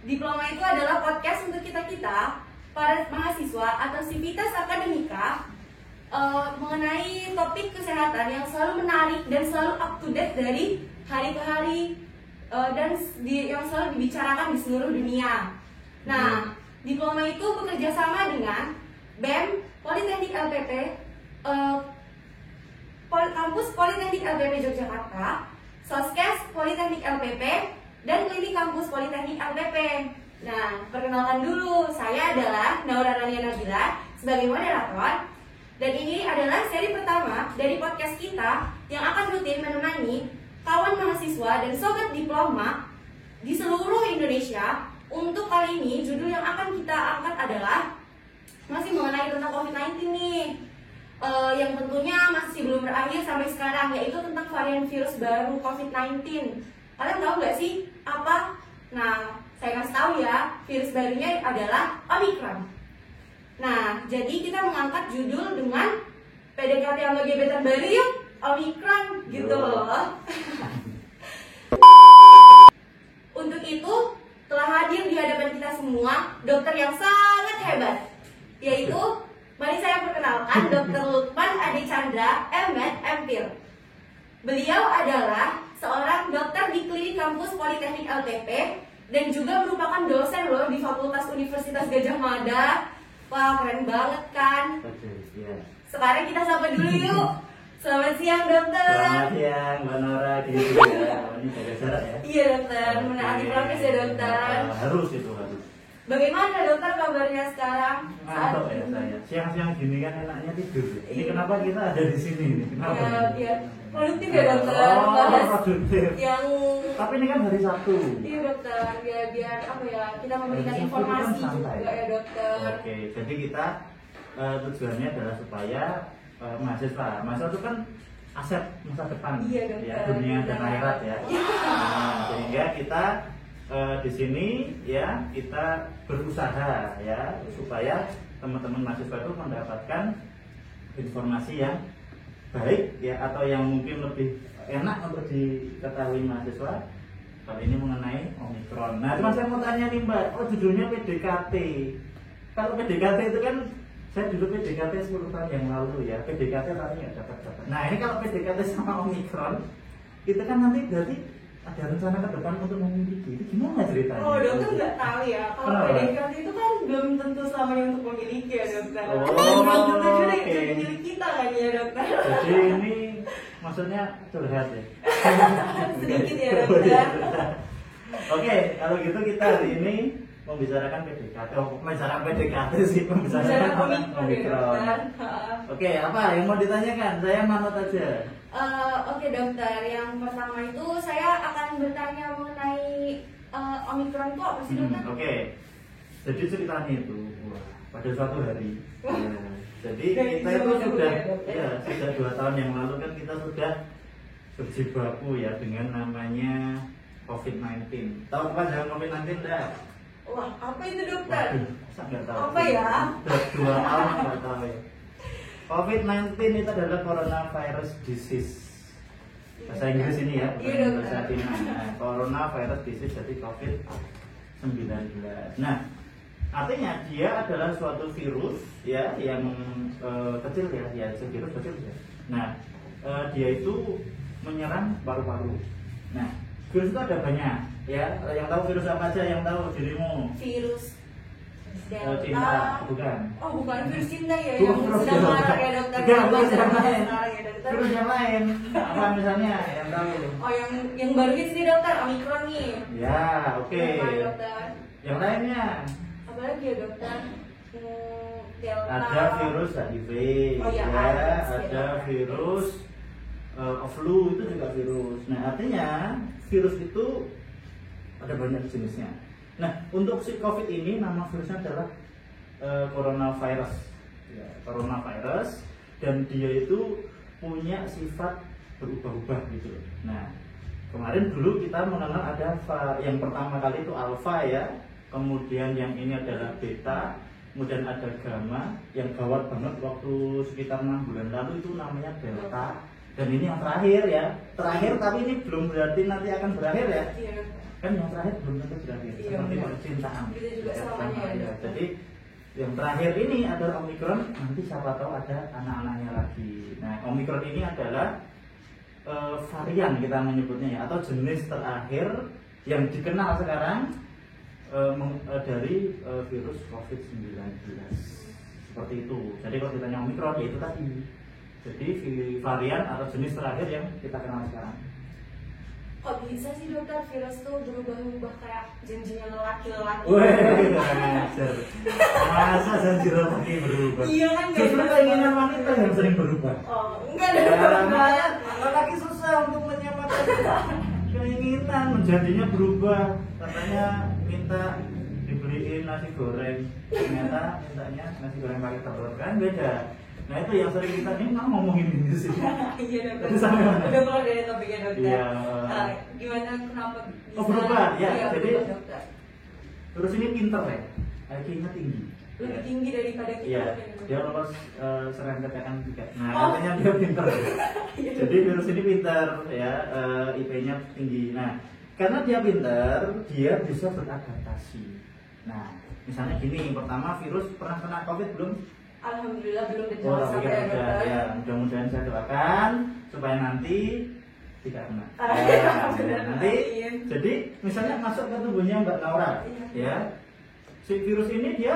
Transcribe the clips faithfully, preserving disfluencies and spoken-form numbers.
Diploma itu adalah podcast untuk kita-kita, para mahasiswa atau sivitas akademika uh, mengenai topik kesehatan yang selalu menarik dan selalu up to date dari hari ke hari uh, dan di, yang selalu dibicarakan di seluruh dunia. Nah, diploma itu bekerja sama dengan B E M, Politeknik L P P, uh, Pol Kampus Politeknik L P P Yogyakarta, Soskes Politeknik L P P, dan Klinik Kampus Politeknik L P P. Nah, perkenalkan dulu, saya adalah Naura Rania Nabila sebagai moderator. Dan ini adalah seri pertama dari podcast kita yang akan rutin menemani kawan mahasiswa dan sobat diploma di seluruh Indonesia. Untuk kali ini, judul yang akan kita angkat adalah masih mengenai tentang covid sembilan belas nih, uh, yang tentunya masih belum berakhir sampai sekarang, yaitu tentang varian virus baru covid sembilan belas. Kalian tahu nggak sih apa? Nah, saya kasih tahu ya, virus barunya adalah Omicron. Nah, jadi kita mengangkat judul dengan P D K T sama gebetan baru yuk, Omicron gitu loh. Untuk itu telah hadir di hadapan kita semua dokter yang sangat hebat, yaitu mari saya perkenalkan Dokter Lukman Adi Chandra, M Med, M Phil. Beliau adalah seorang dokter di Klinik Kampus Politeknik L P P dan juga merupakan dosen loh di Fakultas Universitas Gadjah Mada. Wah, keren banget kan? Oke, iya. Sekarang kita sapa dulu yuk. Selamat siang dokter. Selamat siang Mbak Nora, gitu ya. Ini jaga jarak ya. Iya dokter, menaati prokes ya dokter. Nah, harus itu harus. Bagaimana dokter kabarnya sekarang? Mantap ya saya. Siang-siang gini kan enaknya tidur. Ya. Ini kenapa kita ada di sini nih? Kenapa? Ya, ya. Produktif ya dokter. Oh, Bahas produktif. yang Tapi ini kan hari Sabtu. iya dokter, biar biar apa ya, kita memberikan Hari Sabtu informasi kan santai. juga ya dokter. Oke, jadi kita uh, tujuannya adalah supaya uh, mahasiswa, mahasiswa itu kan aset masa depan, Iya, dokter. ya dunia dan akhirat ya. Nah, sehingga kita uh, di sini ya kita berusaha ya supaya teman-teman mahasiswa itu mendapatkan informasi yang baik ya atau yang mungkin lebih enak untuk diketahui mahasiswa. Kali ini mengenai Omicron. Nah, cuma saya mau tanya nih Mbak, oh judulnya P D K T. Kalau P D K T itu kan saya dulu P D K T sepuluh tahun yang lalu ya. P D K T tapi nggak dapat-dapat. Nah, ini kalau P D K T sama Omicron, itu kan nanti berarti ada rencana ke depan untuk memiliki. Itu gimana ceritanya? Oh dokter nggak tahu ya. Kalau Kenapa? P D K T itu kan belum tentu selamanya untuk memiliki ya dokter. Oh, belum tentu juga oke. jadi milik kita kan ya dokter. Jadi ini maksudnya curhat ya. Sedikit ya dokter. Oke, kalau gitu kita hari ini membicarakan P D K T. Oh, membicarakan P D K T sih, membicarakan Bicara tentang Omicron ya dokter. Oke, apa yang mau ditanyakan? Saya manut aja. Uh, Oke dokter, yang pertama itu saya akan bertanya mengenai uh, Omicron itu apa sih Hmm, dokter? Oke, jadi ceritanya itu wah, pada suatu hari. Wah. Ya, jadi Dari kita itu zaman sudah, dulu ya, dokter? ya sudah dua tahun yang lalu kan kita sudah berjibaku ya dengan namanya covid sembilan belas. Tahu apa jangan covid sembilan belas enggak? Wah, apa itu dokter? Waduh, masa nggak tahu? Apa ya? Sudah dua tahun nggak tahu ya. covid sembilan belas itu adalah coronavirus disease. Bahasa Inggris ini ya, Iya, bukan dokter. bahasa Cina. Nah, coronavirus disease jadi covid sembilan belas. Nah, artinya dia adalah suatu virus ya yang eh, kecil ya, ya virus kecil ya. Nah, eh, dia itu menyerang paru-paru. Nah, virus itu ada banyak ya. Yang tahu virus apa aja? Yang tahu dirimu? Virus Eh, Delta. cinta, bukan? Oh bukan virus cinta ya, Bukan yang virus sedang cinta. marak ya dokter. Bukan, Yang virus yang sedang lain. marak ya dokter. Virus yang lain. Apa misalnya yang tahu? Oh yang yang baru hits nih dokter, Omicron nih. Ya, oke. Apa dokter? Yang lainnya Apa lagi ya dokter? Hmm, Delta. ada virus H I V, Oh, ya, ya, ada. ada virus uh, flu itu juga virus. Nah, artinya virus itu ada banyak jenisnya. Nah, untuk si COVID ini nama virusnya adalah uh, coronavirus. Ya, coronavirus dan dia itu punya sifat berubah-ubah gitu. Nah, kemarin dulu kita mengenal ada yang pertama kali itu alpha ya, kemudian yang ini adalah beta, kemudian ada gamma, yang gawat banget waktu sekitar enam bulan lalu itu namanya delta, Dan ini yang terakhir ya, terakhir tapi ini belum berarti nanti akan berakhir ya. Iya, dokter. Kan yang terakhir belum tentu berakhir, Iya, seperti benar. percintaan. Itu juga Ya, selamanya sama, ya, ya. dokter. Jadi yang terakhir ini adalah Omikron, nanti siapa tahu ada anak-anaknya lagi. Nah, Omikron ini adalah uh, varian kita menyebutnya ya, atau jenis terakhir yang dikenal sekarang uh, meng- uh, dari uh, virus covid sembilan belas. Seperti itu. Jadi kalau ditanya Omikron, ya itu tadi. Jadi vi- varian atau jenis terakhir yang kita kenal sekarang. Kok bisa sih dokter virus tuh berubah-ubah kayak janjinya lelaki-lelaki? Wih, kurang ajar. Masa janji lelaki berubah? Iya kan, nggak Justru jelas. keinginan wanita yang sering berubah. Oh, enggak Ya, dokter. makanya lelaki susah untuk menyamakan keinginan, menjadinya berubah. Katanya minta dibeliin nasi goreng, ternyata mintanya nasi goreng pakai telur, kan beda. Nah itu yang sering kita ini mau ngomongin ini sih. Iya dokter. Tapi sampai mana? Udah keluar dari topiknya dokter. Iya. Eh, gimana kenapa bisa? Oh, berubah, ya. Iya, Jadi berubah, dokter. Terus ini pinter ya, I Q-nya tinggi. Lebih Ya. tinggi daripada kita. Iya, ya, dokter. dia lolos uh, serangkaian T K N tiga. Nah, Oh. katanya dia pinter. Iya. Jadi virus ini pinter ya, uh, I P-nya tinggi. Nah, karena dia pinter, dia bisa beradaptasi. Nah, misalnya gini, pertama virus pernah kena COVID belum? Alhamdulillah belum Oh, kejauhan tapi sampai kan ya udah. dokter. Ya, mudah-mudahan saya doakan supaya nanti tidak kena. Ah, Ya, benar, nanti, amin. jadi misalnya masuk ke tubuhnya Mbak Naura, Iya. ya, si virus ini dia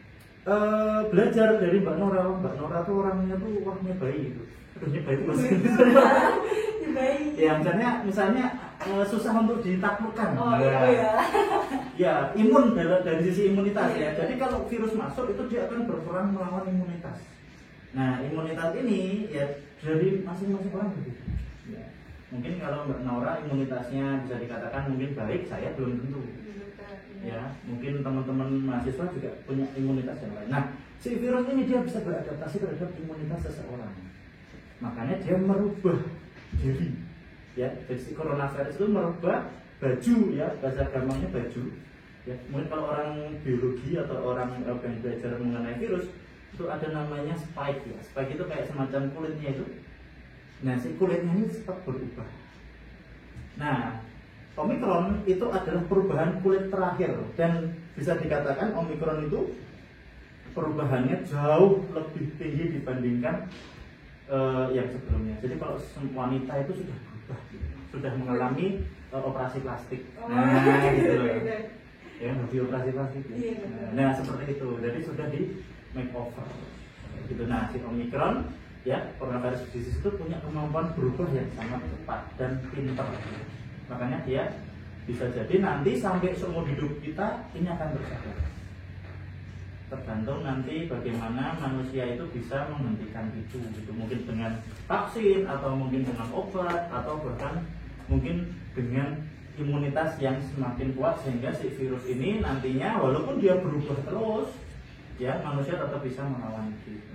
eh, belajar dari Mbak Nora. Mbak Nora tuh orangnya tuh wah nyebai gitu. Aduh nyebai itu bahasa Inggris. Ya, baik. Ya misalnya misalnya eh, susah untuk ditaklukkan. Oh, Ya. itu ya. Ya imun dari, dari sisi imunitas Iya. ya. Jadi kalau virus masuk itu dia akan berperan melawan imunitas. Nah imunitas ini ya dari masing-masing orang berbeda. Ya. Mungkin kalau Mbak Nora imunitasnya bisa dikatakan mungkin baik, saya belum tentu. Ya, mungkin teman-teman mahasiswa juga punya imunitas yang lain. Nah, si virus ini dia bisa beradaptasi terhadap imunitas seseorang. Makanya dia merubah diri. Ya, jadi si coronavirus itu merubah baju ya, bahasa gampangnya baju. Ya, mungkin kalau orang biologi atau orang yang belajar mengenai virus itu ada namanya spike ya. Spike itu kayak semacam kulitnya itu. Nah, si kulitnya ini cepat berubah. Nah, Omikron itu adalah perubahan kulit terakhir dan bisa dikatakan Omikron itu perubahannya jauh lebih tinggi dibandingkan uh, yang sebelumnya. Jadi kalau wanita itu sudah berubah, sudah mengalami uh, operasi plastik. Oh. Nah, gitu loh. Ya, lebih operasi plastik. Iya. Nah, seperti itu. Jadi sudah di makeover. Gitu. Nah, si Omikron ya, coronavirus disease itu punya kemampuan berubah yang sangat cepat dan pintar. Makanya dia bisa jadi nanti sampai seumur hidup kita ini akan berjalan. Tergantung nanti bagaimana manusia itu bisa menghentikan itu, gitu. Mungkin dengan vaksin atau mungkin dengan obat atau bahkan mungkin dengan imunitas yang semakin kuat sehingga si virus ini nantinya walaupun dia berubah terus, ya manusia tetap bisa melawan itu.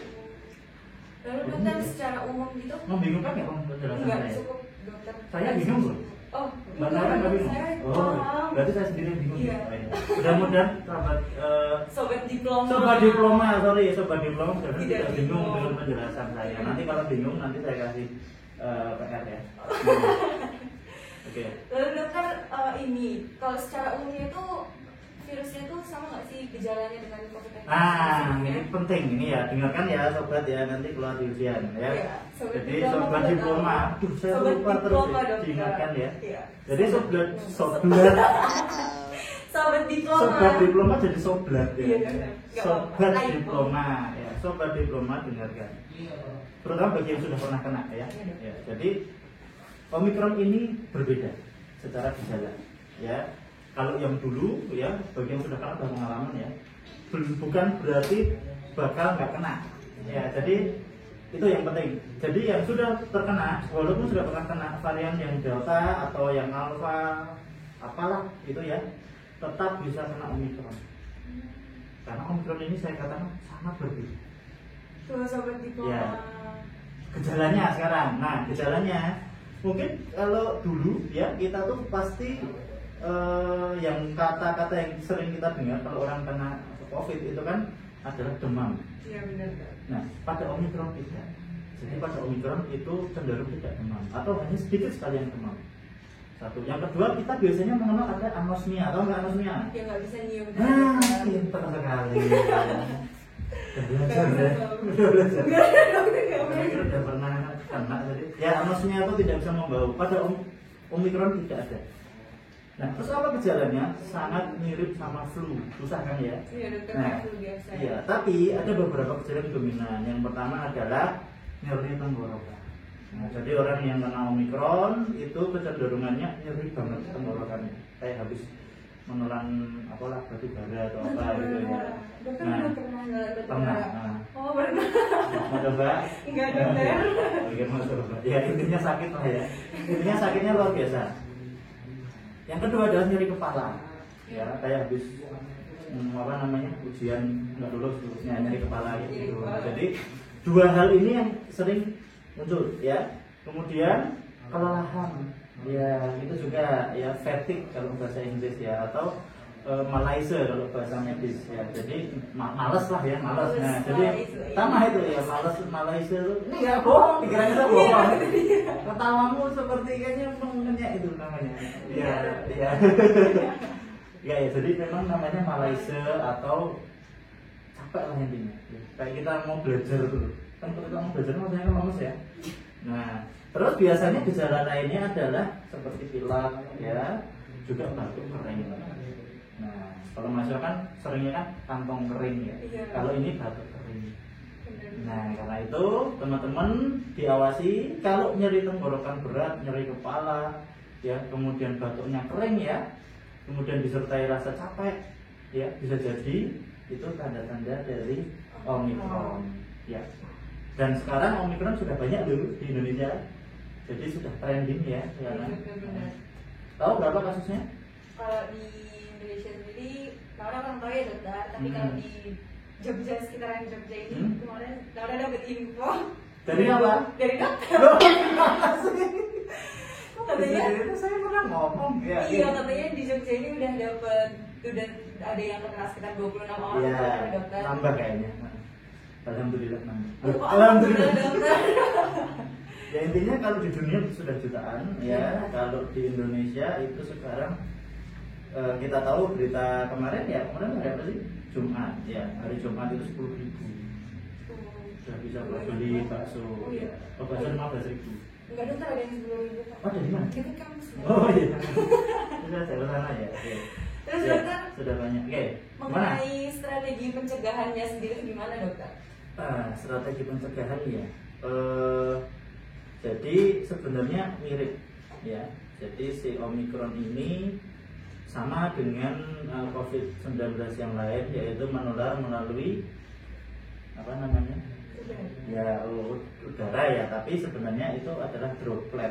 Lalu dokter secara umum gitu? Membingungkan ya Om penjelasan Enggak saya? cukup dokter. Saya bingung loh. Oh, Mbak Nora nggak bingung? Saya Oh, paham. berarti saya sendiri yang bingung. Iya. Ya? Mudah-mudahan sahabat eh, Sobat diploma. sobat diploma, sorry sobat diploma mudah-mudahan Tidak tidak bingung bingung. dengan penjelasan saya. Nanti kalau bingung nanti saya kasih eh, P R ya. Oke. Lalu dokter eh, ini kalau secara umumnya itu virusnya itu sama nggak sih gejalanya dengan covid sembilan belas? Nah, ini penting ini ya, dengarkan ya sobat ya, nanti keluar di ujian ya. Iya, sobat Jadi diploma sobat udah diploma, tahu. aduh saya Sobat lupa terus diploma, ya, dokter. diingatkan ya. Iya. Jadi sobat Sobat- sobat Sobat diploma. sobat diploma jadi sobat ya. Iya, dokter. Nggak Sobat apa-apa. Typo. diploma ya, sobat diploma dengarkan. Terutama bagi yang sudah pernah kena ya. Iya, dok. Ya, jadi Omikron ini berbeda secara gejala ya. Kalau yang dulu ya, bagi yang sudah kena sudah pengalaman ya, bel- bukan berarti bakal nggak kena. Ya, jadi itu yang penting. Jadi yang sudah terkena, walaupun sudah pernah kena varian yang delta atau yang alpha, apalah itu ya, tetap bisa kena Omikron. Karena Omikron ini saya katakan sangat berbeda. Tuh sobat diploma. Ya. Gejalanya sekarang, nah gejalanya mungkin kalau dulu ya kita tuh pasti eh, yang kata-kata yang sering kita dengar kalau orang kena COVID itu kan adalah demam. Iya benar. Dok. Nah pada Omikron tidak. Jadi pada Omikron itu cenderung tidak demam atau hanya sedikit sekali yang demam. Satu. Yang kedua, kita biasanya mengenal ada anosmia, atau enggak anosmia? Ya nggak bisa nyium. Nah, pintar sekali. Udah belajar ya? Udah belajar. Saya udah pernah kena tadi. Ya, anosmia itu tidak bisa membau. Pada om, Omikron tidak ada. Nah, terus apa gejalanya? Sangat mirip sama flu, susah kan ya? Iya, dokter, nah, flu biasa. Iya, tapi ada beberapa gejala yang dominan. Yang pertama adalah nyeri tenggorokan. Nah, jadi orang yang kena Omikron itu kecenderungannya nyeri banget tenggorokannya, kayak habis menelan apalah batu bara atau apa gitu ya. Dokter Nah, udah pernah nggak batu pernah. bara? Nah, Oh pernah. mau coba? Enggak dokter. Oke, mau coba. Ya intinya sakit lah ya. Intinya sakitnya luar biasa. Yang kedua adalah nyeri kepala. Ya, kayak habis hmm, apa namanya ujian nggak lulus lulusnya nyeri kepala gitu. Jadi dua hal ini yang sering muncul ya. Kemudian kelelahan, ya itu juga ya fatigue kalau bahasa Inggris ya, atau e, malaise kalau bahasa medis ya. Jadi ma males lah ya, males. Nah, jadi sama itu ya, males malaise. Ini nggak bohong, pikirannya saya bohong. Ketawamu seperti kayaknya mengenyak itu namanya. Iya, iya. Ya, ya, jadi memang namanya malaise atau capek lah intinya. Kayak kita mau belajar dulu. Kan kalau kita mau belajar maksudnya kan lemes ya. Nah, terus biasanya gejala lainnya adalah seperti pilek ya, juga batuk kering. Nah, kalau masalah kan seringnya kan kantong kering ya. Iya. Kalau ini batuk kering. Nah, karena itu teman-teman diawasi kalau nyeri tenggorokan berat, nyeri kepala, ya, kemudian batuknya kering ya, kemudian disertai rasa capek, ya, bisa jadi itu tanda-tanda dari Omikron, ya. Dan sekarang Omikron sudah banyak loh di Indonesia, jadi sudah trending ya sekarang. Tahu berapa kasusnya? Kalau di Indonesia sendiri, Laura kurang tahu ya dokter, tapi Hmm. kalau di Jogja, sekitaran Jogja ini Hmm. kemarin Laura dapat info Dari apa? dari dokter. Loh, Katanya, itu saya pernah ngomong ya. iya katanya di Jogja ini udah dapat, udah ada yang kena sekitar dua puluh enam orang Iya, dokter, dokter. nambah kayaknya. Alhamdulillah nambah. Oh, Alhamdulillah. dokter. Ya intinya kalau di dunia sudah jutaan ya, kalau di Indonesia itu sekarang eh, kita tahu berita kemarin ya, kemarin hari apa sih? Jumat ya, hari Jumat itu sepuluh ribu sudah bisa beli bakso. Oh, iya. Oh, bakso lima belas ribu. Enggak dokter, ada yang sepuluh ribu. Oh, dari mana? Kita kan Oh iya. Sudah saya sana ya. Oke. Terus Ya, dokter, sudah banyak. Oke. Mana? mengenai strategi pencegahannya sendiri gimana dokter? Ah, strategi pencegahan ya. Eh, jadi sebenarnya mirip ya. Jadi si Omikron ini sama dengan uh, covid sembilan belas yang lain, yaitu menular melalui apa namanya? Ya udara ya, tapi sebenarnya itu adalah droplet.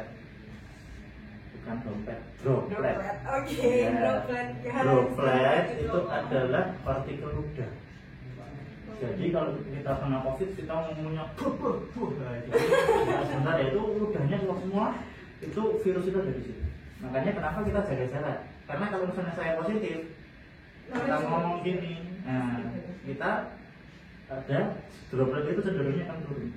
Bukan dompet, droplet. Oke, Ya, droplet. Ya, droplet gitu. itu adalah partikel udara. Jadi kalau kita kena covid kita ngomongnya buh buh buh, nah, itu nah, sebenarnya itu udahnya keluar semua, itu virus itu ada di situ. Makanya kenapa kita jaga jarak? Karena kalau misalnya saya positif, kita ngomong gini, nah kita ada droplet itu cenderungnya akan turun.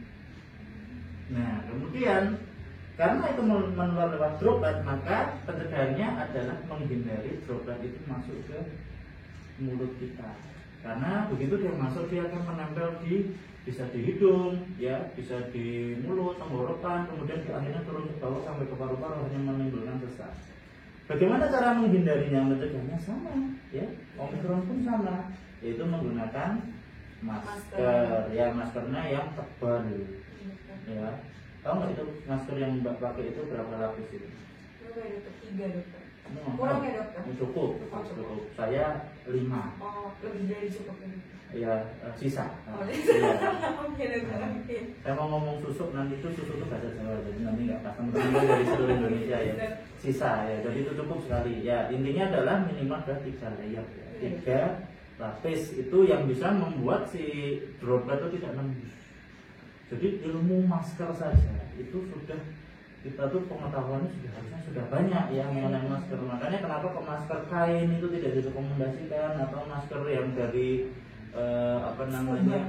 Nah kemudian karena itu menular lewat droplet, maka pencegahannya adalah menghindari droplet itu masuk ke mulut kita. Karena begitu dia masuk, dia akan menempel di bisa di hidung, ya, bisa di mulut, tenggorokan, kemudian di akhirnya turun ke bawah sampai ke paru-paru, hanya menimbulkan sesak. Bagaimana cara menghindarinya? Mencegahnya sama, ya. Omikron pun sama, yaitu menggunakan masker, masker. Ya maskernya yang tebal, ya. Tahu nggak itu masker yang Mbak pakai itu berapa lapis itu? Berapa ya dokter? Tiga dokter. Oh, Kurang ya dokter? Cukup, cukup, cukup. Saya lima. Oh, lebih dari cukup ini. Ya, sisa. Oh, Ya. Oke dokter, oke. Saya mau ngomong susuk, nanti itu susuk itu bahasa Jawa, jadi nanti nggak pas teman-teman dari seluruh Indonesia ya. Sisa ya, jadi itu cukup sekali. Ya, intinya adalah minimal ada tiga layer, ya. Tiga lapis itu yang bisa membuat si droplet itu tidak nembus. Jadi ilmu masker saja itu sudah kita tuh pengetahuannya sudah harusnya sudah banyak ya mengenai masker. Makanya kenapa kok masker kain itu tidak direkomendasikan, atau masker yang dari eh, apa namanya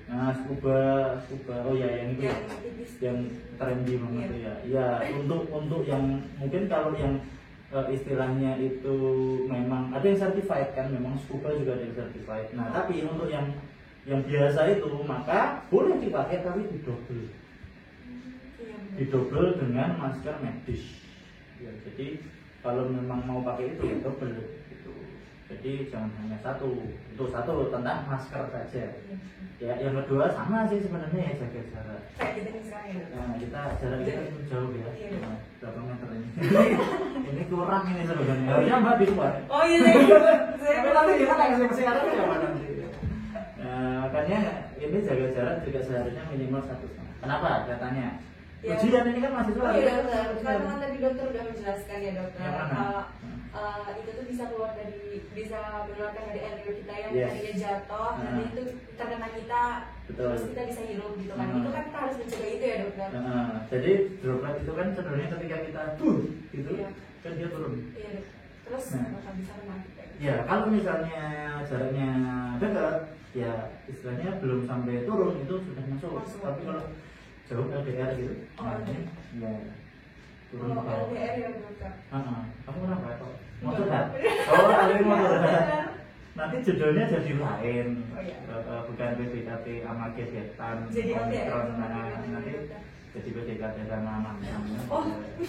Nah, scuba, scuba, oh ya yang itu Yang tipis. yang trendy banget Iya. tuh ya. Ya untuk untuk yang mungkin kalau yang uh, istilahnya itu memang ada yang certified kan, memang scuba juga ada yang certified. Nah tapi untuk yang yang biasa itu maka boleh dipakai tapi didobel, Iya, benar. didobel dengan masker medis. Ya, jadi kalau memang mau pakai itu ya double gitu. Jadi jangan hanya satu. Itu satu tentang masker saja. Iya. Ya, yang kedua sama sih sebenarnya ya, jaga jarak. Kayak kita nih sekarang ya. Nah, kita jarak kita itu jauh ya. Iya. Nah, berapa meter ini? Ini kurang ini sebenarnya. Harusnya Mbak di luar. Oh iya, saya Tapi nanti kita nggak kasih persiaran ya Mbak nanti. Nah, makanya ini jaga jarak juga seharusnya minimal satu setengah. Kenapa? Katanya. Ya. Ujian ini kan mahasiswa. Oh iya dokter, Ujian. karena kan tadi dokter udah menjelaskan ya dokter Yang mana? kalau uh, itu tuh bisa keluar dari bisa menularkan dari air liur kita yang Yes. tadinya jatuh, Nah. nanti itu terkena kita, Betul. terus kita bisa hirup gitu kan. Nah. Itu kan kita harus mencegah itu ya dokter. Nah, jadi droplet itu kan cenderungnya ketika kita tuh gitu Iya. kan dia turun. Iya dok. Terus Nah. bakal bisa kena kita. Ya kalau misalnya jaraknya dekat, ya istilahnya belum sampai turun itu sudah masuk. Masuk. Tapi kalau jauh L D R gitu, Oh, nah ini ya turun Kalau ke bawah. L D R ya dokter. Ah, ah. Aku kenapa kok? Motor Enggak. kan? Oh, ada yang motor. Nanti judulnya jadi lain, Oh, iya. Eh, eh, bukan P D K T sama gebetan, Jadi L D R. Omikron, nah, nanti jadi P D K T sama mantan. Oh.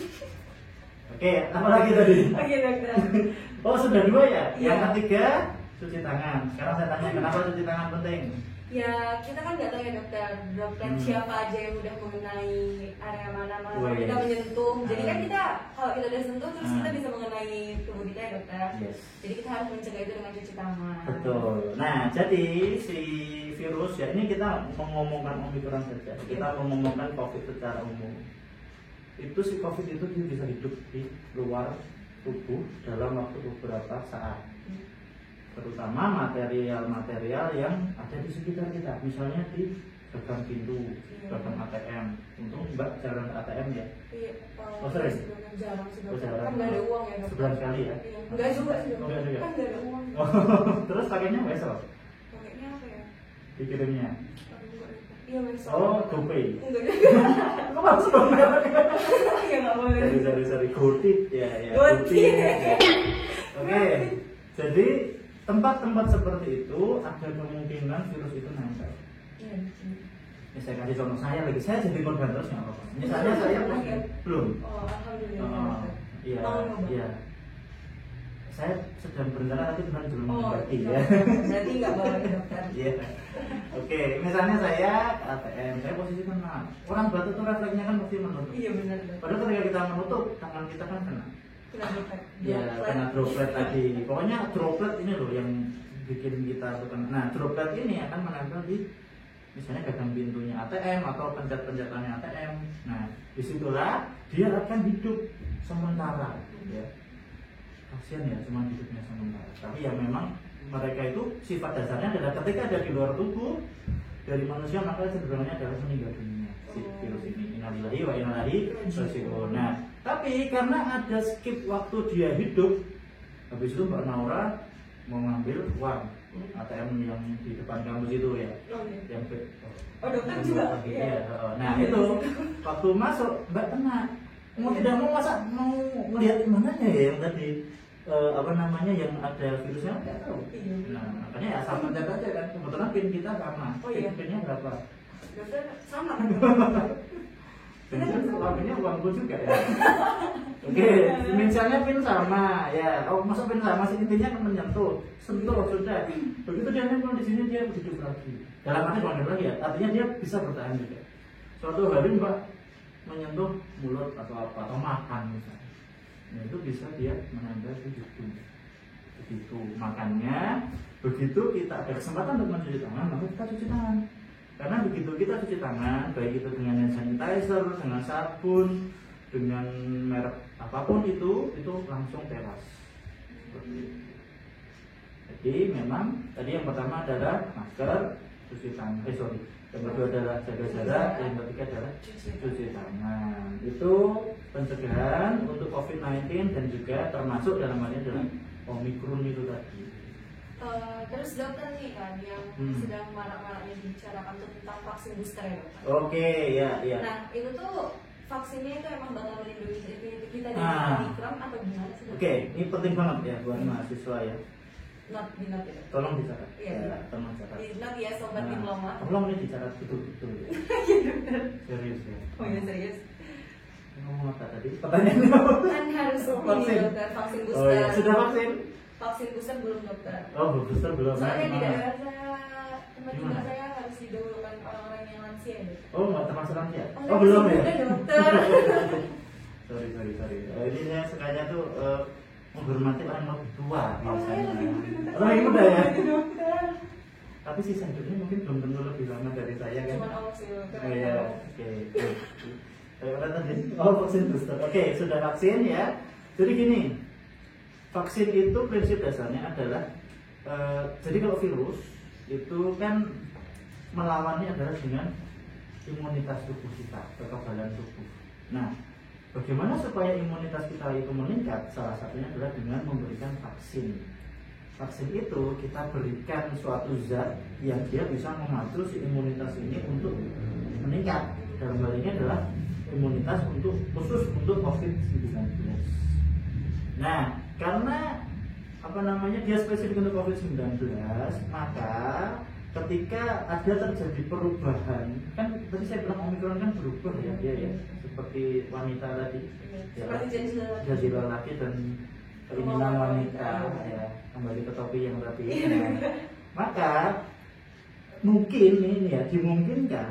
Oke, apa lagi tadi? Oke dokter. Oh sudah dua ya? Iya. Yang ketiga cuci tangan. Sekarang saya tanya kenapa cuci tangan penting? Ya kita kan nggak tahu ya dokter droplet Hmm. siapa aja yang udah mengenai area mana mana Oh, kita yes. menyentuh. Jadi kan Ah. kita kalau kita udah sentuh terus Ah. kita bisa mengenai tubuh kita ya dokter. Yes. Jadi kita harus mencegah itu dengan cuci tangan. Betul. Nah, jadi si virus ya ini kita mengomongkan Omikron saja. Kita mengomongkan COVID secara umum. Itu si COVID itu dia bisa hidup di luar tubuh dalam waktu beberapa saat. Terutama material-material yang ada di sekitar kita, misalnya di gerbang pintu, gerbang A T M. Untung Mbak jarang ke A T M ya. Iya. Oh, sering? Jarang sih Oh, dokter. jarang. Kan nggak ada uang ya dokter. Sebulan sekali ya? Iya. Nggak juga sih dokter. Oh, nggak juga. Kan nggak ada uang. Oh, terus pakainya wesel Pakainya apa ya? dikirimnya. Aduh, nggak ada. Iya wesel. Oh, GoPay. Enggak juga. Kok masuk dong? Iya nggak boleh. Sorry, sorry, sorry. GoTip ya, ya. GoTip. ya. Oke, jadi tempat-tempat seperti itu ada kemungkinan virus itu nempel. Iya. Ini saya kasih contoh saya lagi, saya jadi korban terus nggak apa-apa. Misalnya saya positif, belum. Oh alhamdulillah. Oh, iya, Mau nyoba? iya. Saya sedang berencana tapi Tuhan belum Oh, menghendaki iya. ya. Berarti nggak boleh dokter. Iya. Oke, misalnya saya ke A T M, saya posisi kena. Orang batu tuh refleksnya kan pasti menutup. Iya benar dokter. Padahal ketika kita menutup, tangan kita kan kena. Kena droplet. Ya, kena droplet tadi. Pokoknya droplet ini loh yang bikin kita tuh kena. Nah, droplet ini akan menempel di misalnya gagang pintunya A T M atau pencet-pencetannya A T M. Nah, disitulah dia akan hidup sementara. Ya. Kasian ya, cuma hidupnya sementara. Tapi ya memang mereka itu sifat dasarnya adalah ketika ada di luar tubuh dari manusia maka cenderungnya adalah meninggal dunia si virus ini. Innalillahi wa inna ilaihi raji'un. Nah, tapi karena ada skip waktu dia hidup, habis itu Mbak Naura mau ngambil uang A T M yang di depan kampus itu ya. Oh, iya. Yang Oh, dokter juga? Iya. Nah, itu waktu masuk Mbak kena. Mau tidak mau masa mau melihat mananya ya yang tadi eh, apa namanya yang ada virusnya nggak tahu. Iya. Nah, makanya ya sama pencet aja kan. Kebetulan pin kita sama. Oh, iya. Pin pinnya berapa? Dokter sama. Dan itu uangnya uangku juga ya. Oke, misalnya pin sama ya. Oh, masa pin sama sih intinya kan menyentuh, sentuh sudah. Begitu dia nempel di sini dia hidup lagi. Dalam arti bukan hidup lagi ya. Artinya dia bisa bertahan juga. Suatu hari Mbak menyentuh mulut atau apa atau makan misalnya. Nah, itu bisa dia menambah begitu. Begitu makannya, begitu kita ada kesempatan untuk mencuci tangan, maka kita cuci tangan. Karena begitu kita cuci tangan, baik itu dengan hand sanitizer, dengan sabun, dengan merek apapun itu, itu langsung tewas. Seperti itu. Jadi memang tadi yang pertama adalah masker, cuci tangan. Eh sorry, yang kedua adalah jaga jarak, yang ketiga adalah cuci tangan. Itu pencegahan untuk COVID sembilan belas dan juga termasuk dalam hal ini adalah Omikron itu tadi. Uh, terus dokter nih kan yang Hmm. sedang marak-maraknya dibicarakan tentang vaksin booster ya dokter. Oke, ya, ya. Nah itu tuh vaksinnya itu emang bakal melindungi kita dari Ah. Omicron atau gimana sih? Oke, ini penting banget ya buat mahasiswa ya. Not di not ya. Tolong dicatat. Iya, Ya, iya. tolong catat. Di not ya sobat Nah, diploma. tolong ini dicatat betul-betul. Ya. Iya dokter. Serius ya. Oh iya serius. Ngomong apa tadi? Pertanyaannya apa? Kan harus Vaksin. ini dokter vaksin booster. Oh iya, sudah vaksin? Vaksin booster belum dokter. Oh, booster belum. Soalnya di Nah, daerah saya tempat tinggal Gimana? saya harus didahulukan orang-orang yang lansia ya. Oh, nggak termasuk lansia? Oh, Oh, belum ya? udah, dokter. sorry, sorry, sorry. Eh, ini saya sukanya tuh eh, menghormati orang yang lebih tua Oh, saya biasanya. lebih muda dokter. Orang yang muda ya? Lebih dokter. Tapi sisa hidupnya mungkin belum tentu lebih lama dari saya kan? Cuman Allah sih dokter. Oh iya, oke. Eh, orang tadi, oh vaksin booster. Oke, sudah vaksin ya. Jadi gini, vaksin itu prinsip dasarnya adalah, eh, jadi kalau virus itu kan melawannya adalah dengan imunitas tubuh kita, kekebalan tubuh. Nah, bagaimana supaya imunitas kita itu meningkat? Salah satunya adalah dengan memberikan vaksin. Vaksin itu kita berikan suatu zat yang dia bisa memacu si imunitas ini untuk meningkat. Dalam hal ini adalah imunitas untuk khusus untuk covid sembilan belas. Nah, karena apa namanya dia spesifik untuk covid sembilan belas, maka ketika ada terjadi perubahan, kan tadi saya bilang Omicron kan berubah ya dia ya, seperti wanita tadi, ya, Seperti janji lelaki. janji lelaki dan keinginan wanita ya, kembali ke topi yang tadi. Nah, maka mungkin ini ya dimungkinkan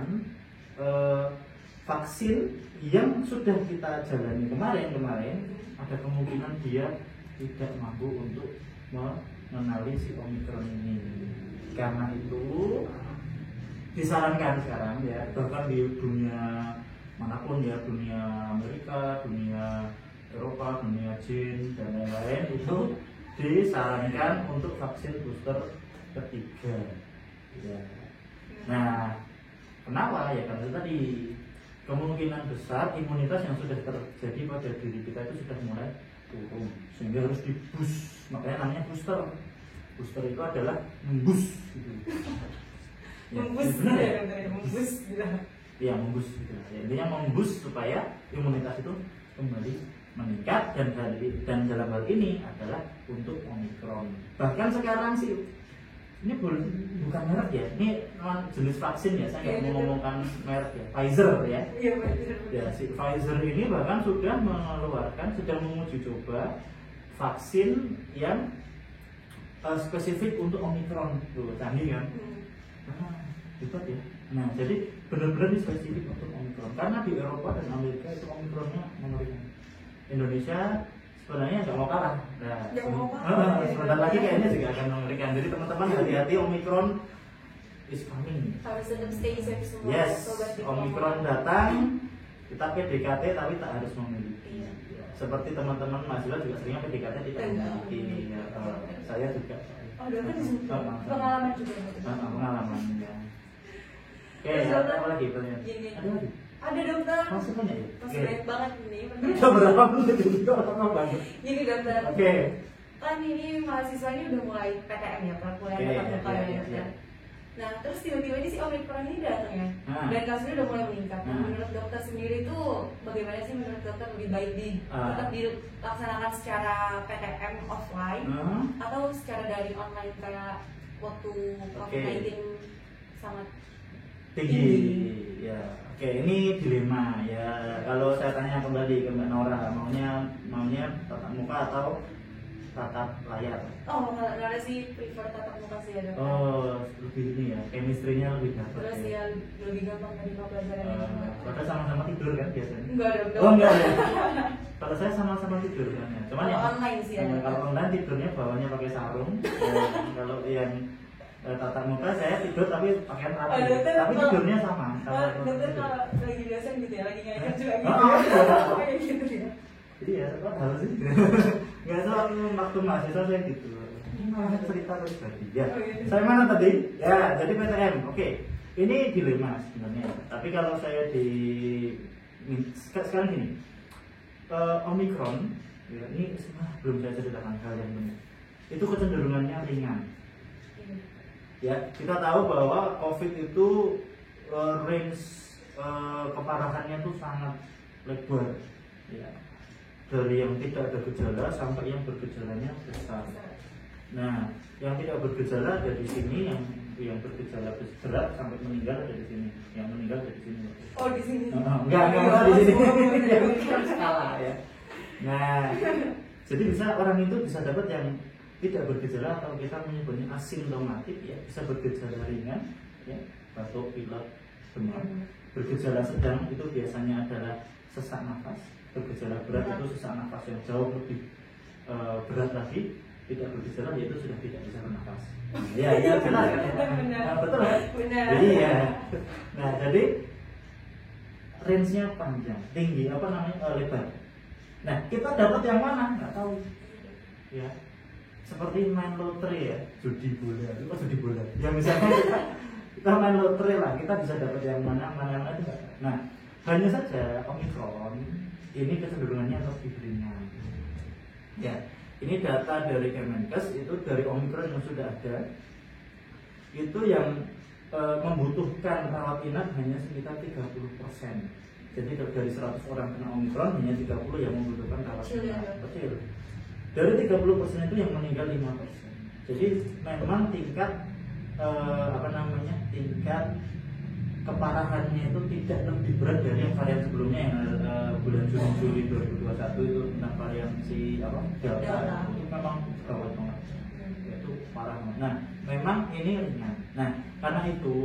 eh, vaksin yang sudah kita jalani kemarin-kemarin ada kemungkinan dia tidak mampu untuk mengenali si Omicron ini. Karena itu disarankan sekarang ya, bahkan di dunia manapun ya, dunia Amerika, dunia Eropa, dunia Jin dan lain-lain itu disarankan untuk vaksin booster ketiga. Ya. Nah, kenapa ya? Karena tadi kemungkinan besar imunitas yang sudah terjadi pada diri kita itu sudah mulai turun, sehingga harus di-boost. Makanya namanya booster. Booster itu adalah membus gitu. Membus benar ya dokter, membus gitu. Iya, membus gitu. Ya, intinya membus supaya imunitas itu kembali meningkat, dan dari dan dalam hal ini adalah untuk Omicron. Bahkan sekarang sih ini bukan merek ya, ini jenis vaksin ya, saya nggak mau ngomongkan merek ya, Pfizer ya. Iya benar. Ya, si Pfizer ini bahkan sudah mengeluarkan, sudah menguji coba vaksin yang uh, spesifik untuk Omicron, tuh canggih kan? Nah, hebat ya. Nah, jadi benar-benar ini spesifik untuk Omicron, karena di Eropa dan Amerika itu Omicronnya mengerikan. Indonesia sebenarnya nggak mau kalah. Nah, Nggak mau kalah. uh, sebentar lagi kayaknya juga akan mengerikan. Jadi teman-teman hati-hati, Omicron is coming. Harus tetap stay safe semua. Yes, sobat diploma. Omicron datang, kita P D K T tapi tak harus memiliki. Iya. Ya, seperti teman-teman mahasiswa juga seringnya P D K T tidak Enggak. memiliki. Ya, uh, saya juga. Oh dokter disebut Uh, uh, pengalaman juga. uh, uh, pengalaman ya. Oke, Terus, ada dokter? apa lagi pertanyaan? Gini. Ada lagi? Ada dokter. Masih banyak ya? Masih Oke. banyak banget ini. Udah berapa menit ini? Udah lama banget. Gini dokter. Oke. Kan ini mahasiswa ini udah mulai P T M ya, perkuliahan Oke, tatap muka iya, ya iya, dokter. iya. Nah terus tiba-tiba ini si Omicron ini datang ya, Ah. dan kasusnya udah mulai meningkat. Nah, Ah. menurut dokter sendiri tuh bagaimana sih menurut dokter lebih baik di Ah. tetap dilaksanakan secara P T M offline Hmm. atau secara dari online kayak waktu covid sembilan belas sangat Tinggi. Ya. Oke, ini dilema ya. Kalau saya tanya kembali ke Mbak Nora, maunya maunya tatap muka atau tatap layar? oh kalau nggak sih prefer tatap muka sih ya dokter. Oh, lebih ini ya, chemistry-nya lebih dapat. Terus ya. ya lebih gampang dari pelajaran yang Uh, enggak. padahal sama-sama tidur kan biasanya? Enggak dokter. Oh enggak ya. Kalau saya sama-sama tidur kan. Cuman Kalau yang online sih ya. eh, kalau online tidurnya bawahnya pakai sarung. Eh, kalau yang eh, tatap muka saya tidur tapi pakaian rapi. Oh, dokter, Tapi kalau- tidurnya sama. sama Oh, dokter tidur. kalau lagi biasa gitu ya, lagi ngajar juga gitu. Oh, oh, oh. Kayak gitu ya. Jadi ya, kok harus sih? Nggak soal waktu mahasiswa saya gitu. Ini malah cerita terus tadi. Ya, Oh, iya. saya mana tadi? Ya, jadi P T M. Oke, ini dilema sebenarnya. Tapi kalau saya di sek- sekarang gini, eh, Omicron, ya, ini ah, belum saya ceritakan hal yang benar. Itu kecenderungannya ringan. Ya, kita tahu bahwa COVID itu uh, range uh, keparahannya itu sangat lebar, ya. Dari yang tidak ada gejala sampai yang bergejalanya besar. Nah, yang tidak bergejala ada di sini, yang yang bergejala berat sampai meninggal ada di sini, yang meninggal ada di sini. Oh, di sini. Oh, enggak, enggak, enggak di sini. Yang skala ya. Nah, jadi bisa orang itu bisa dapat yang tidak bergejala atau kita menyebutnya asimptomatik, ya, bisa bergejala ringan, ya, batuk, pilek, demam. Bergejala sedang itu biasanya adalah sesak nafas. Bergejala berat itu sesak nafas yang jauh lebih uh, berat lagi. Tidak bergejala yaitu sudah tidak bisa bernafas. Ya, ya benar kan? Benar. Nah, betul kan? Benar. Jadi ya. Nah, jadi range-nya panjang, tinggi, apa namanya? Uh, lebar. Nah, kita dapat yang mana? Nggak tahu. Ya. Seperti main lotre ya, judi bola. Itu kan judi bola. Ya misalnya kita, kita main lotre lah, kita bisa dapat yang mana, mana yang mana itu nggak tahu. Nah, hanya saja Omicron ini kecenderungannya lebih ringan. Ya. Ini data dari Kemenkes, itu dari Omicron yang sudah ada, itu yang e, membutuhkan rawat inap hanya sekitar tiga puluh persen. Jadi dari seratus orang kena Omicron hanya tiga puluh yang membutuhkan rawat inap. Kecil. Dari tiga puluh persen itu yang meninggal lima persen. Jadi memang tingkat e, apa namanya? tingkat keparahannya itu tidak lebih berat dari yang varian sebelumnya yang uh, bulan Juni Juli dua ribu dua puluh satu itu tentang varian si apa Delta, Delta. Itu memang gawat banget, hmm. itu parah banget. Nah, memang ini ringan. Nah, karena itu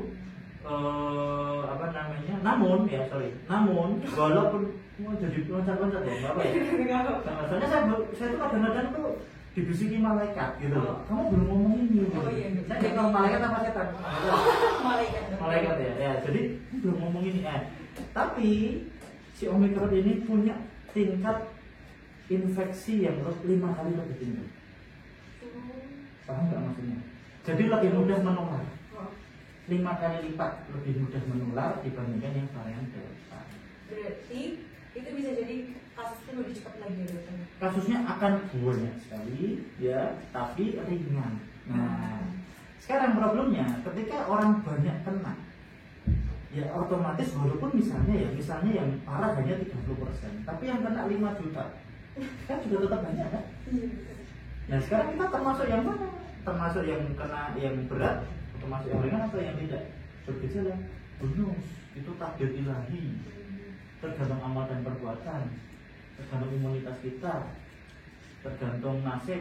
uh, apa namanya? Namun ya sorry, namun walaupun mau jadi loncat-loncat ya, apa ya? Soalnya saya saya tuh kadang-kadang tuh dibisiki malaikat gitu loh. Kamu belum ngomong ini. Oh iya. Saya kalau malaikat apa setan? Malaikat. Malaikat ya. Ya, jadi belum ngomong ini. Eh, tapi si Omicron ini punya tingkat infeksi yang lima kali lebih tinggi. Paham nggak maksudnya? Jadi lebih mudah menular. Lima kali lipat lebih mudah menular dibandingkan yang varian Delta. Berarti itu bisa jadi kasusnya lebih cepat lagi ya dokter? Kasusnya akan banyak sekali ya, tapi ringan. Nah, sekarang problemnya ketika orang banyak kena, ya otomatis walaupun misalnya ya, misalnya yang parah hanya tiga puluh persen, tapi yang kena lima juta, kan juga tetap banyak kan? Nah sekarang kita termasuk yang mana? Termasuk yang kena yang berat, termasuk yang ringan atau yang tidak bergejala? Bonus, itu takdir ilahi, tergantung amal dan perbuatan, tergantung imunitas kita, tergantung nasib,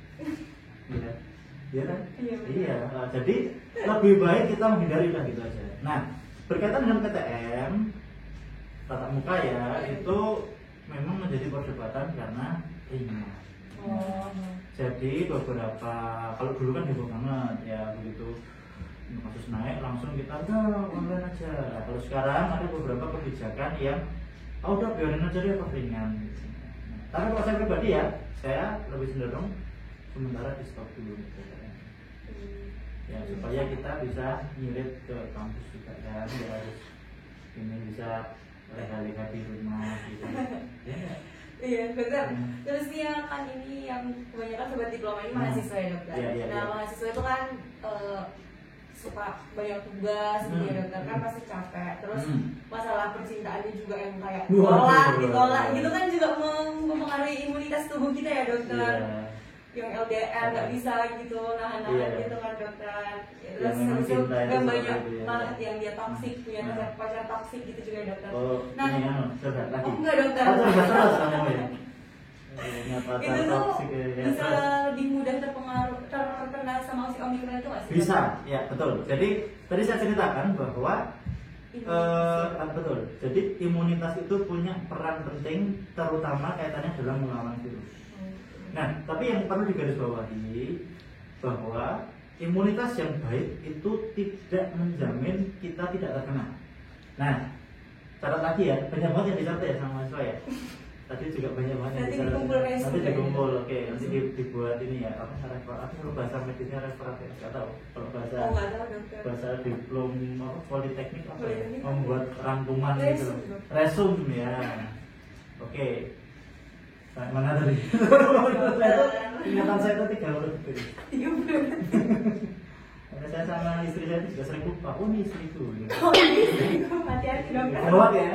ya, ya kan? Iya. Iya. Nah, jadi lebih baik kita menghindari lah gitu aja. Nah, berkaitan dengan P T M tatap muka ya, itu memang menjadi perdebatan karena ringan. Oh. Jadi beberapa, kalau dulu kan heboh banget ya, begitu kasus naik langsung kita udah online aja. Nah, kalau sekarang ada beberapa kebijakan yang oh udah biarin aja dia ringan. Nah, tapi kalau saya pribadi ya, saya lebih cenderung sementara di stop dulu gitu. Ya supaya kita bisa nyirit ke kampus juga kan, ya harus ini bisa leha-leha di rumah gitu. Ya. Iya, dokter. Hmm. Terusnya kan ini yang kebanyakan sobat diploma ini mahasiswa ya dokter. Ya, ya, nah ya. mahasiswa itu kan uh, suka banyak tugas gitu hmm. ya dokter, kan pasti capek. Terus hmm. masalah percintaannya juga yang kayak Wah, ditolak, betul, ditolak betul. gitu kan juga mempengaruhi imunitas tubuh kita ya dokter. Yeah. Yang L D R nggak bisa gitu nahan-nahan yeah. gitu kan dokter. Ya, terus ya, habis itu yang banyak gitu, ya. malah yang dia toksik, punya pacar pacar toksik gitu juga ya dokter. Oh, nah, ini ya, coba lagi. Oh, enggak dokter. Oh, terus kamu ya. Itu tuh bisa lebih mudah terpengaruh terkena sama si Omicron itu nggak sih? Bisa, ya betul. Jadi tadi saya ceritakan bahwa uh, betul. Jadi imunitas itu punya peran penting, terutama kaitannya dalam melawan virus. Nah, tapi yang perlu digarisbawahi bahwa imunitas yang baik itu tidak menjamin kita tidak terkena. Nah, catat lagi ya, banyak banget yang dicatat ya sama mahasiswa ya. Tadi juga banyak banget yang dicatat. Nanti dikumpul, oke, okay. Nanti dibuat ini ya, apa referat? Aku bahasa medisnya referat ya, nggak tahu. Kalau bahasa oh, nggak tahu, dokter. Bahasa diplom apa politeknik apa? Politeknik membuat rangkuman gitu, resum ya. Oke. Okay. Kayak mana tadi? Ingatan saya itu tiga puluh detik. Tiga puluh. Karena saya sama istri saya juga sering lupa, oh ini istriku. Oh ini hati-hati dong. Kuat ya.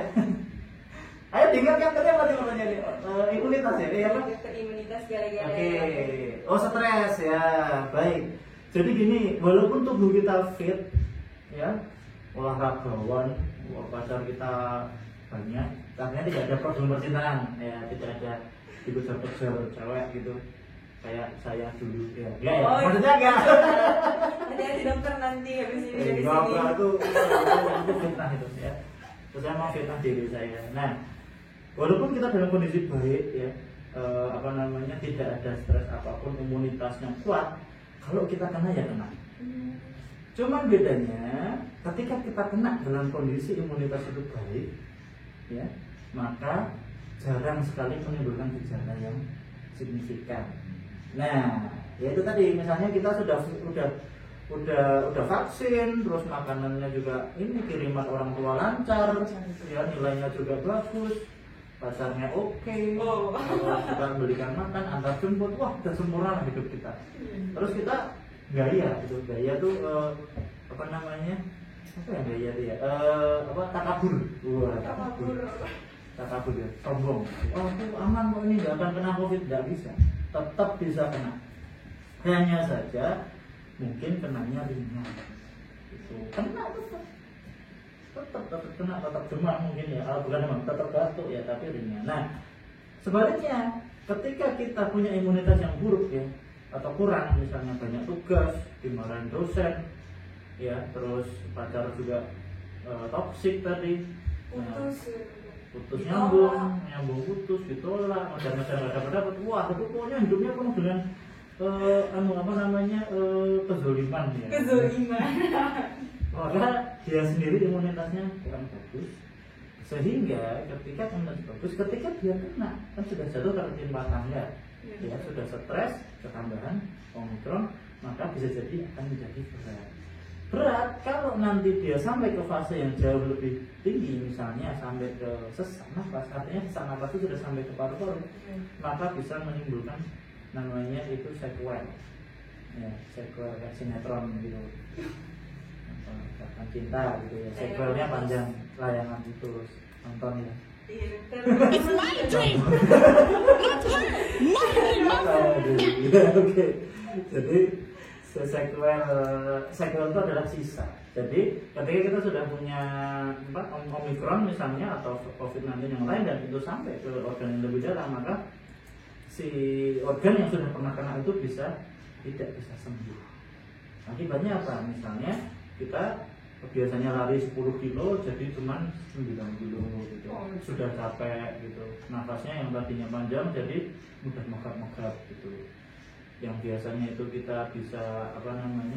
Ayo dengarkan tadi apa tadi namanya nih? Uh, imunitas ya, eh, apa? Imunitas gara-gara. Oke, oh stres ya, baik. Jadi gini, walaupun tubuh kita fit, ya, olahragawan, pacar kita banyak, tapi tidak ada problem percintaan, ya, tidak ada dikejar-kejar cewek gitu, kayak saya dulu, ya, enggak ya, Oh, maksudnya enggak. Hati-hati dokter nanti habis ini Eh, dari Enggak, sini. enggak, itu, itu fitnah itu, ya. Terus saya mau fitnah diri saya. Nah, walaupun kita dalam kondisi baik, ya, eh, apa namanya, tidak ada stres apapun, imunitasnya kuat. Kalau kita kena ya kena. Hmm. Cuman bedanya ketika kita kena dalam kondisi imunitas itu baik, ya, maka jarang sekali menimbulkan gejala yang signifikan. Nah, ya itu tadi misalnya kita sudah udah udah udah vaksin, terus makanannya juga ini kiriman orang tua lancar, ya nilainya juga bagus, pacarnya oke, Oh. kita belikan makan antar jemput, wah udah sempurna lah hidup kita. Terus kita gaya gitu, gaya tuh eh, apa namanya, apa ya gaya tuh ya, eh, apa takabur, wah Takabur. takabur ya, sombong. Oh aku aman kok ini nggak akan kena covid, nggak bisa, tetap bisa kena. Hanya saja mungkin kenanya ringan, gitu. Kena tetap, tetap tetap kena, tetap demam mungkin ya, ah, bukan demam, tetap batuk ya, tapi ringan. Nah sebaliknya, ketika kita punya imunitas yang buruk ya, atau kurang, misalnya banyak tugas, dimarahin dosen, ya, terus pacar juga e, toksik tadi, nah, Putus. putus Ditolak. nyambung, nyambung putus, ditolak, macam-macam nggak dapat dapat, wah itu pokoknya hidupnya penuh dengan e, anu apa namanya e, kezoliman ya. Kezoliman. Maka dia sendiri imunitasnya kurang bagus, sehingga ketika imunitas bagus, ketika dia kena kan sudah jatuh tertimpa tangga, ya sudah stres, ketambahan omikron, maka bisa jadi akan menjadi berat. Berat kalau nanti dia sampai ke fase yang jauh lebih tinggi, misalnya sampai ke sesak nafas, artinya sesak nafas itu sudah sampai ke paru-paru, maka bisa menimbulkan namanya itu sequel, ya sequel kayak sinetron gitu, Ikatan Cinta gitu ya, sequelnya panjang, layangan putus, nonton ya. It's my dream. Oke, jadi sequel sequel itu adalah sisa. Jadi ketika kita sudah punya empat omikron misalnya atau covid sembilan belas yang lain dan itu sampai ke organ yang lebih dalam, maka si organ yang sudah pernah kena itu bisa tidak bisa sembuh. Akibatnya apa? Misalnya kita biasanya lari sepuluh kilo jadi cuman sembilan kilo gitu. Sudah capek gitu. Nafasnya yang tadinya panjang jadi mudah megap-megap gitu. Yang biasanya itu kita bisa apa namanya?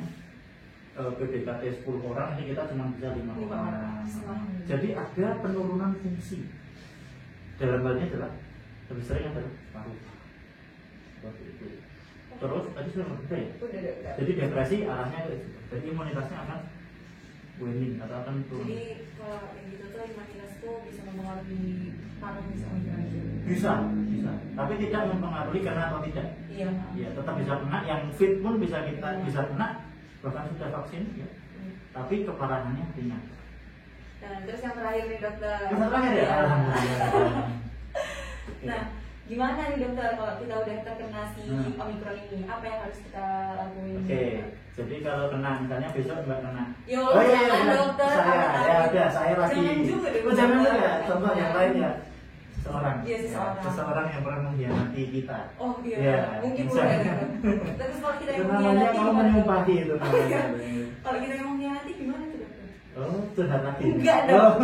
P D K T sepuluh orang, ini kita cuma bisa lima orang. Jadi ada penurunan fungsi. Dalam hal ini adalah lebih sering adalah paru-paru. Seperti itu. Terus tadi sudah berbeda ya? Jadi depresi arahnya ke situ. Jadi imunitasnya akan waning atau akan turun. Jadi kalau yang gitu tuh imunitas tuh bisa mempengaruhi paru misalnya. Bisa, bisa. Tapi tidak mempengaruhi karena atau tidak. Iya. Iya, tetap bisa kena. Yang fit pun bisa kita bisa kena, bahkan sudah vaksin. Ya. Hmm. Tapi keparahannya ringan. Nah, terus yang terakhir nih dokter. Yang terakhir ya. Alhamdulillah. Nah, gimana nih dokter kalau kita udah terkena si Hmm. omikron ini? Apa yang harus kita lakuin? Oke, jadi kalau kena, misalnya besok mbak kena. Yo, Oh iya, jangan iya, dokter. saya, apa-apa. ya ada, saya lagi. Jangan juga deh, Oh, jangan dokter. juga. Contoh yang lain ya. Seseorang, Iya, seseorang. ya, seseorang yang pernah mengkhianati kita. Oh iya, Ya, mungkin misalnya. boleh. dokter. Terus kalau kita Itu yang namanya mengkhianati mau gimana? menyumpahi itu namanya. Kalau kita yang mengkhianati gimana tuh dokter? Oh, curhat lagi. Enggak Oh. dong.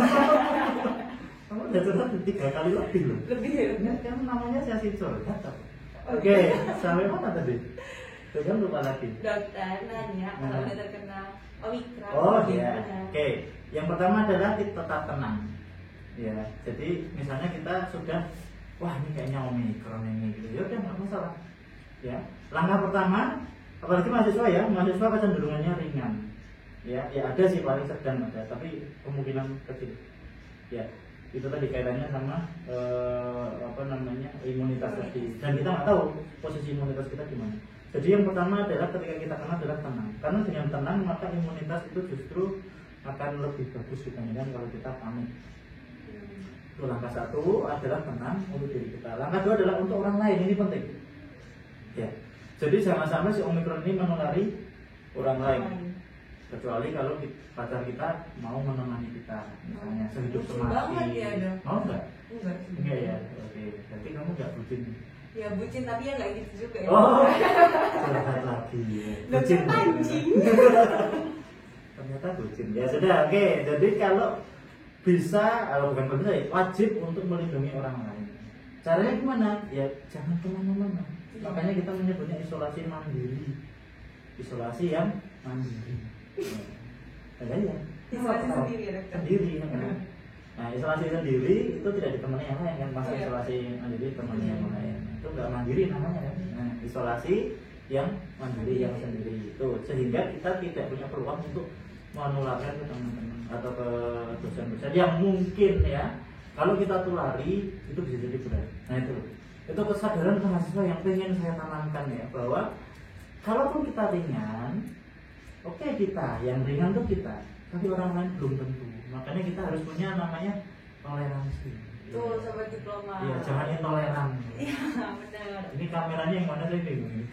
Kamu udah curhat tiga kali lebih loh. Lebih ya? Ini kan namanya sesi curhat. Oke, sampai mana tadi? Jangan lupa lagi. Dokter nanya kalau Hmm. udah terkena omikron. Oh iya. gimana? Oke, yang pertama adalah kita tetap tenang. Ya, jadi misalnya kita sudah, wah ini kayaknya omikron ini gitu. Ya udah nggak masalah. Ya, langkah pertama, apalagi mahasiswa ya, mahasiswa kecenderungannya ringan. Ya, ya ada sih paling sedang ada, tapi kemungkinan kecil. Ya, itu tadi kaitannya sama eh, apa namanya imunitas tadi, dan kita nggak tahu posisi imunitas kita gimana. Jadi yang pertama adalah ketika kita kena adalah tenang, karena dengan tenang maka imunitas itu justru akan lebih bagus dibandingkan kalau kita panik. Itu langkah satu adalah tenang untuk diri kita. Langkah dua adalah untuk orang lain, ini penting. Ya, jadi jangan sampai si Omikron ini menulari orang lain. Kecuali kalau kita, pacar kita mau menemani kita, misalnya sehidup semati. Ya, mau nggak? Enggak. Enggak ya, oke. Berarti kamu nggak bucin. Ya bucin tapi ya nggak gitu juga ya. Oh, curhat lagi. Bucin. Anjing. Ternyata bucin. Ya sudah, oke. Jadi kalau bisa, kalau bukan bisa, ya, wajib untuk melindungi orang lain. Caranya gimana? Ya jangan kemana-mana. Makanya kita menyebutnya isolasi mandiri. Isolasi yang mandiri. Ada ya? Isolasi sendiri ya, dokter? Sendiri. Nah, isolasi sendiri itu tidak ditemani yang lain kan? Masa Iya. isolasi mandiri ditemani yang lain. Itu enggak mandiri namanya kan? Nah, isolasi yang mandiri yang sendiri itu sehingga kita tidak punya peluang untuk menularkan ke teman-teman atau ke dosen-dosen yang mungkin ya kalau kita tulari itu bisa jadi berat. Nah itu itu kesadaran mahasiswa yang pengen saya tanamkan ya, bahwa kalaupun kita ringan, oke okay, kita yang ringan tuh kita, tapi orang lain belum tentu. Makanya kita harus punya namanya toleransi. Tuh sobat diploma. Iya, jangan intoleran. Iya benar. Ini kameranya yang mana sih bingung?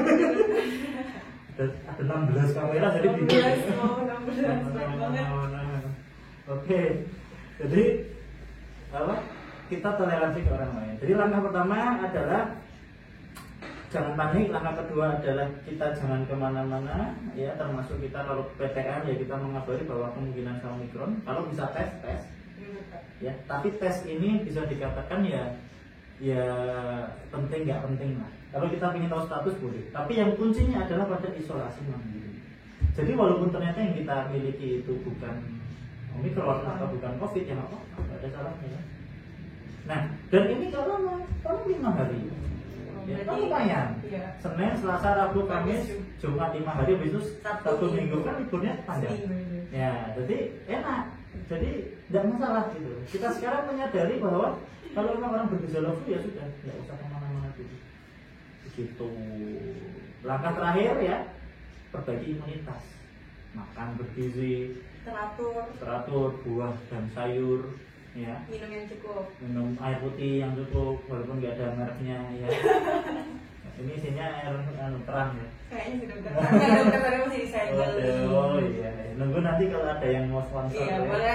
ada ada enam belas kamera jadi bingung. enam belas, oh, enam belas, banyak banget. Oke, jadi apa? Kita toleransi ke orang lain. Jadi langkah pertama adalah jangan panik. Langkah kedua adalah kita jangan kemana-mana, ya termasuk kita kalau P T M ya kita mengabari bahwa kemungkinan Omikron. Kalau bisa tes tes, ya. Tapi tes ini bisa dikatakan ya ya penting nggak penting lah. Kalau kita ingin tahu status boleh, tapi yang kuncinya adalah pada isolasi mandiri. Jadi walaupun ternyata yang kita miliki itu bukan Omikron atau bukan Covid, ya nggak apa-apa, nggak ada salahnya. Ya. Nah, dan ini kalau kalau lima hari, ya kan lumayan. Iya. Senin, Selasa, Rabu, Kamis, Jumat lima hari, besok Sabtu Minggu kan liburnya panjang. Ya, jadi enak. Jadi tidak masalah gitu. Kita sekarang menyadari bahwa kalau memang orang bergejala flu ya sudah, nggak usah kemana-mana dulu. Begitu. Langkah terakhir ya, perbaiki imunitas. Makan bergizi, Teratur. teratur, buah dan sayur, ya. Minum yang cukup. Minum air putih yang cukup, walaupun nggak ada mereknya, ya. Ini isinya air anu, terang ya. Kayaknya sih dokter. Enggak dokter tadi masih saya Oh, beli. oh iya. Nunggu nanti kalau ada yang mau sponsor. Iya ya. boleh.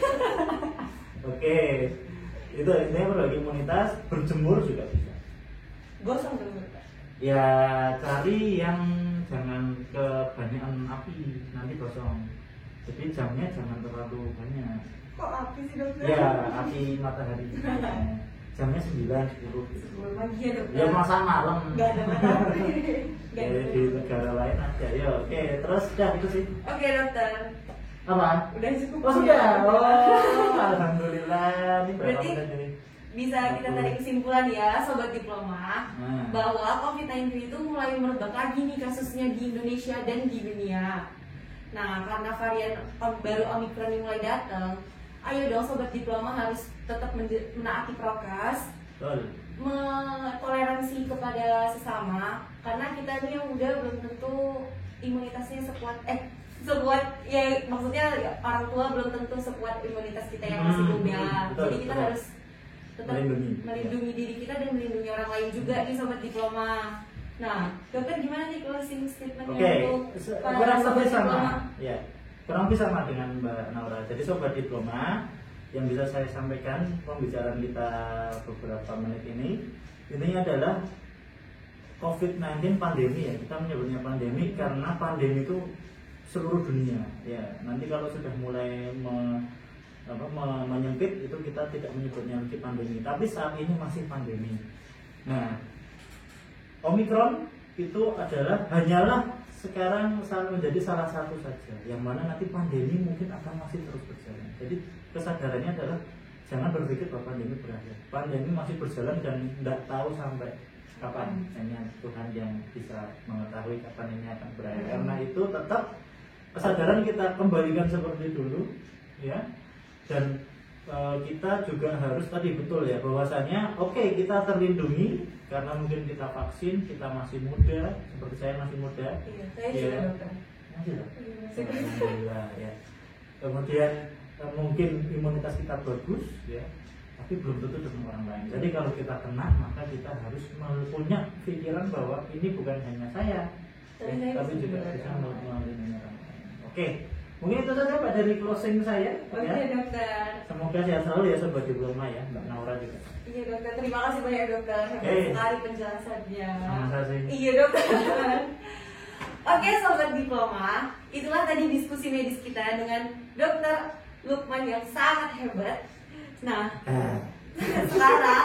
Oke. Itu intinya berbagi imunitas, berjemur juga bisa. Gosong dong dokter. Ya cari yang jangan kebanyakan api, nanti gosong. Jadi jamnya jangan terlalu banyak. Kok api sih dokter? Ya api matahari. Jamnya sembilan, sepuluh gitu. Sebelum pagi ya dokter. Ya masa malam. Enggak ada matahari. Nggak Ya, ada. di negara lain aja. Ya oke, terus dah itu sih. Oke dokter. Apa? Udah cukup. Oh sudah. Oh, alhamdulillah. Ini berapa Berarti menit ini? bisa kita tarik kesimpulan ya sobat diploma, Nah. bahwa covid sembilan belas itu mulai merebak lagi nih kasusnya di Indonesia dan di dunia. Nah karena varian om- baru Omikron yang mulai datang, ayo dong sobat diploma harus tetap men- menaati prokes, Betul. toleransi kepada sesama, karena kita ini yang muda belum tentu imunitasnya sekuat eh sekuat ya maksudnya orang tua belum tentu sekuat imunitas kita yang masih Hmm, muda. betul, Jadi kita betul. harus tetap Melindungi. melindungi diri kita dan melindungi orang lain juga nih sobat diploma. Nah, dokter gimana nih closing statementnya Oke, untuk se- para kurang sobat lebih diploma? sama. Ya, kurang lebih sama dengan Mbak Naura. Jadi sobat diploma, yang bisa saya sampaikan pembicaraan kita beberapa menit ini, intinya adalah covid sembilan belas pandemi ya. Kita menyebutnya pandemi karena pandemi itu seluruh dunia. Ya, nanti kalau sudah mulai me, apa, me- menyempit itu kita tidak menyebutnya lagi pandemi, tapi saat ini masih pandemi. Nah, Omikron itu adalah hanyalah sekarang menjadi salah satu saja, yang mana nanti pandemi mungkin akan masih terus berjalan. Jadi kesadarannya adalah jangan berpikir bahwa pandemi berakhir. Pandemi masih berjalan dan tidak tahu sampai kapan. Hanya Tuhan yang bisa mengetahui kapan ini akan berakhir. Karena itu tetap kesadaran kita kembalikan seperti dulu, ya. Dan eh, kita juga harus tadi betul ya bahwasanya oke okay, kita terlindungi karena mungkin kita vaksin, kita masih muda, seperti saya masih muda. Iya, saya ya. juga dokter. Masih loh. Iya, masih. Alhamdulillah ya. Kemudian eh, mungkin imunitas kita bagus ya, tapi belum tentu dengan orang lain. Jadi kalau kita kena maka kita harus punya pikiran bahwa ini bukan hanya saya, Tapi ya, saya tapi bisa juga juga bisa orang melindungi orang lain. Oke, mungkin itu saja Pak dari closing saya. Oke Ya. dokter. Semoga sehat selalu ya sobat diploma ya, Mbak Naura juga. Iya dokter, terima kasih banyak dokter. Hebat Oke. sekali penjelasannya. Sama saya. Iya dokter. Oke sobat diploma, itulah tadi diskusi medis kita dengan dokter Lukman yang sangat hebat. Nah, Eh, sekarang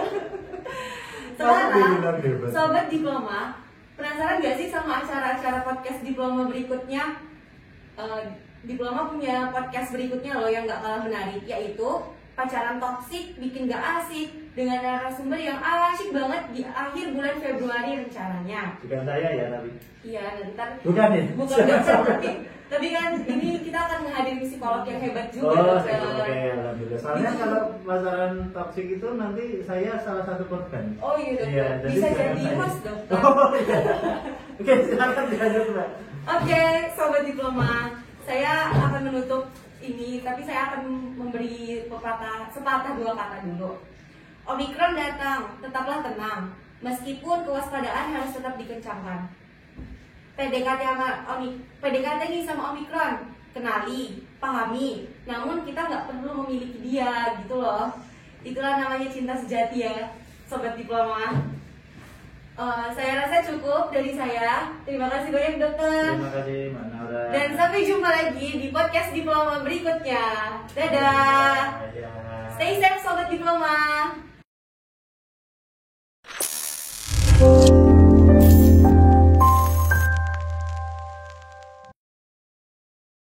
sekarang Alhamdulillah hebat. sobat diploma, penasaran gak sih sama acara-acara podcast diploma berikutnya? Eh, diploma punya podcast berikutnya loh yang gak kalah menarik, yaitu pacaran toksik bikin gak asik dengan narasumber yang asik banget di akhir bulan Februari rencananya. Bukan saya ya tapi. Iya, dan ntar Bukan ya? bukan dokter tapi tapi kan ini kita akan menghadiri psikolog yang hebat juga Oh, dokter. saya oke, alhamdulillah. Soalnya kalau pasaran toksik itu nanti saya salah satu korban. Oh iya dokter, Iya, bisa jangan jadi saya. host dokter. Oh iya. Oke, silakan dilanjut Mbak. Oke, sobat diploma, saya akan menutup ini, tapi saya akan memberi pepatah, sepatah dua kata dulu. Omikron datang, tetaplah tenang, meskipun kewaspadaan harus tetap dikencangkan. P D K T sama Omik, P D K T nih sama Omikron, kenali, pahami, namun kita nggak perlu memiliki dia, gitu loh. Itulah namanya cinta sejati ya, sobat diploma. Uh, saya rasa cukup dari saya. Terima kasih banyak dokter. Terima kasih Mbak Naura. Dan sampai jumpa lagi di podcast diploma berikutnya. Dadah. Dadah. Stay safe sobat diploma.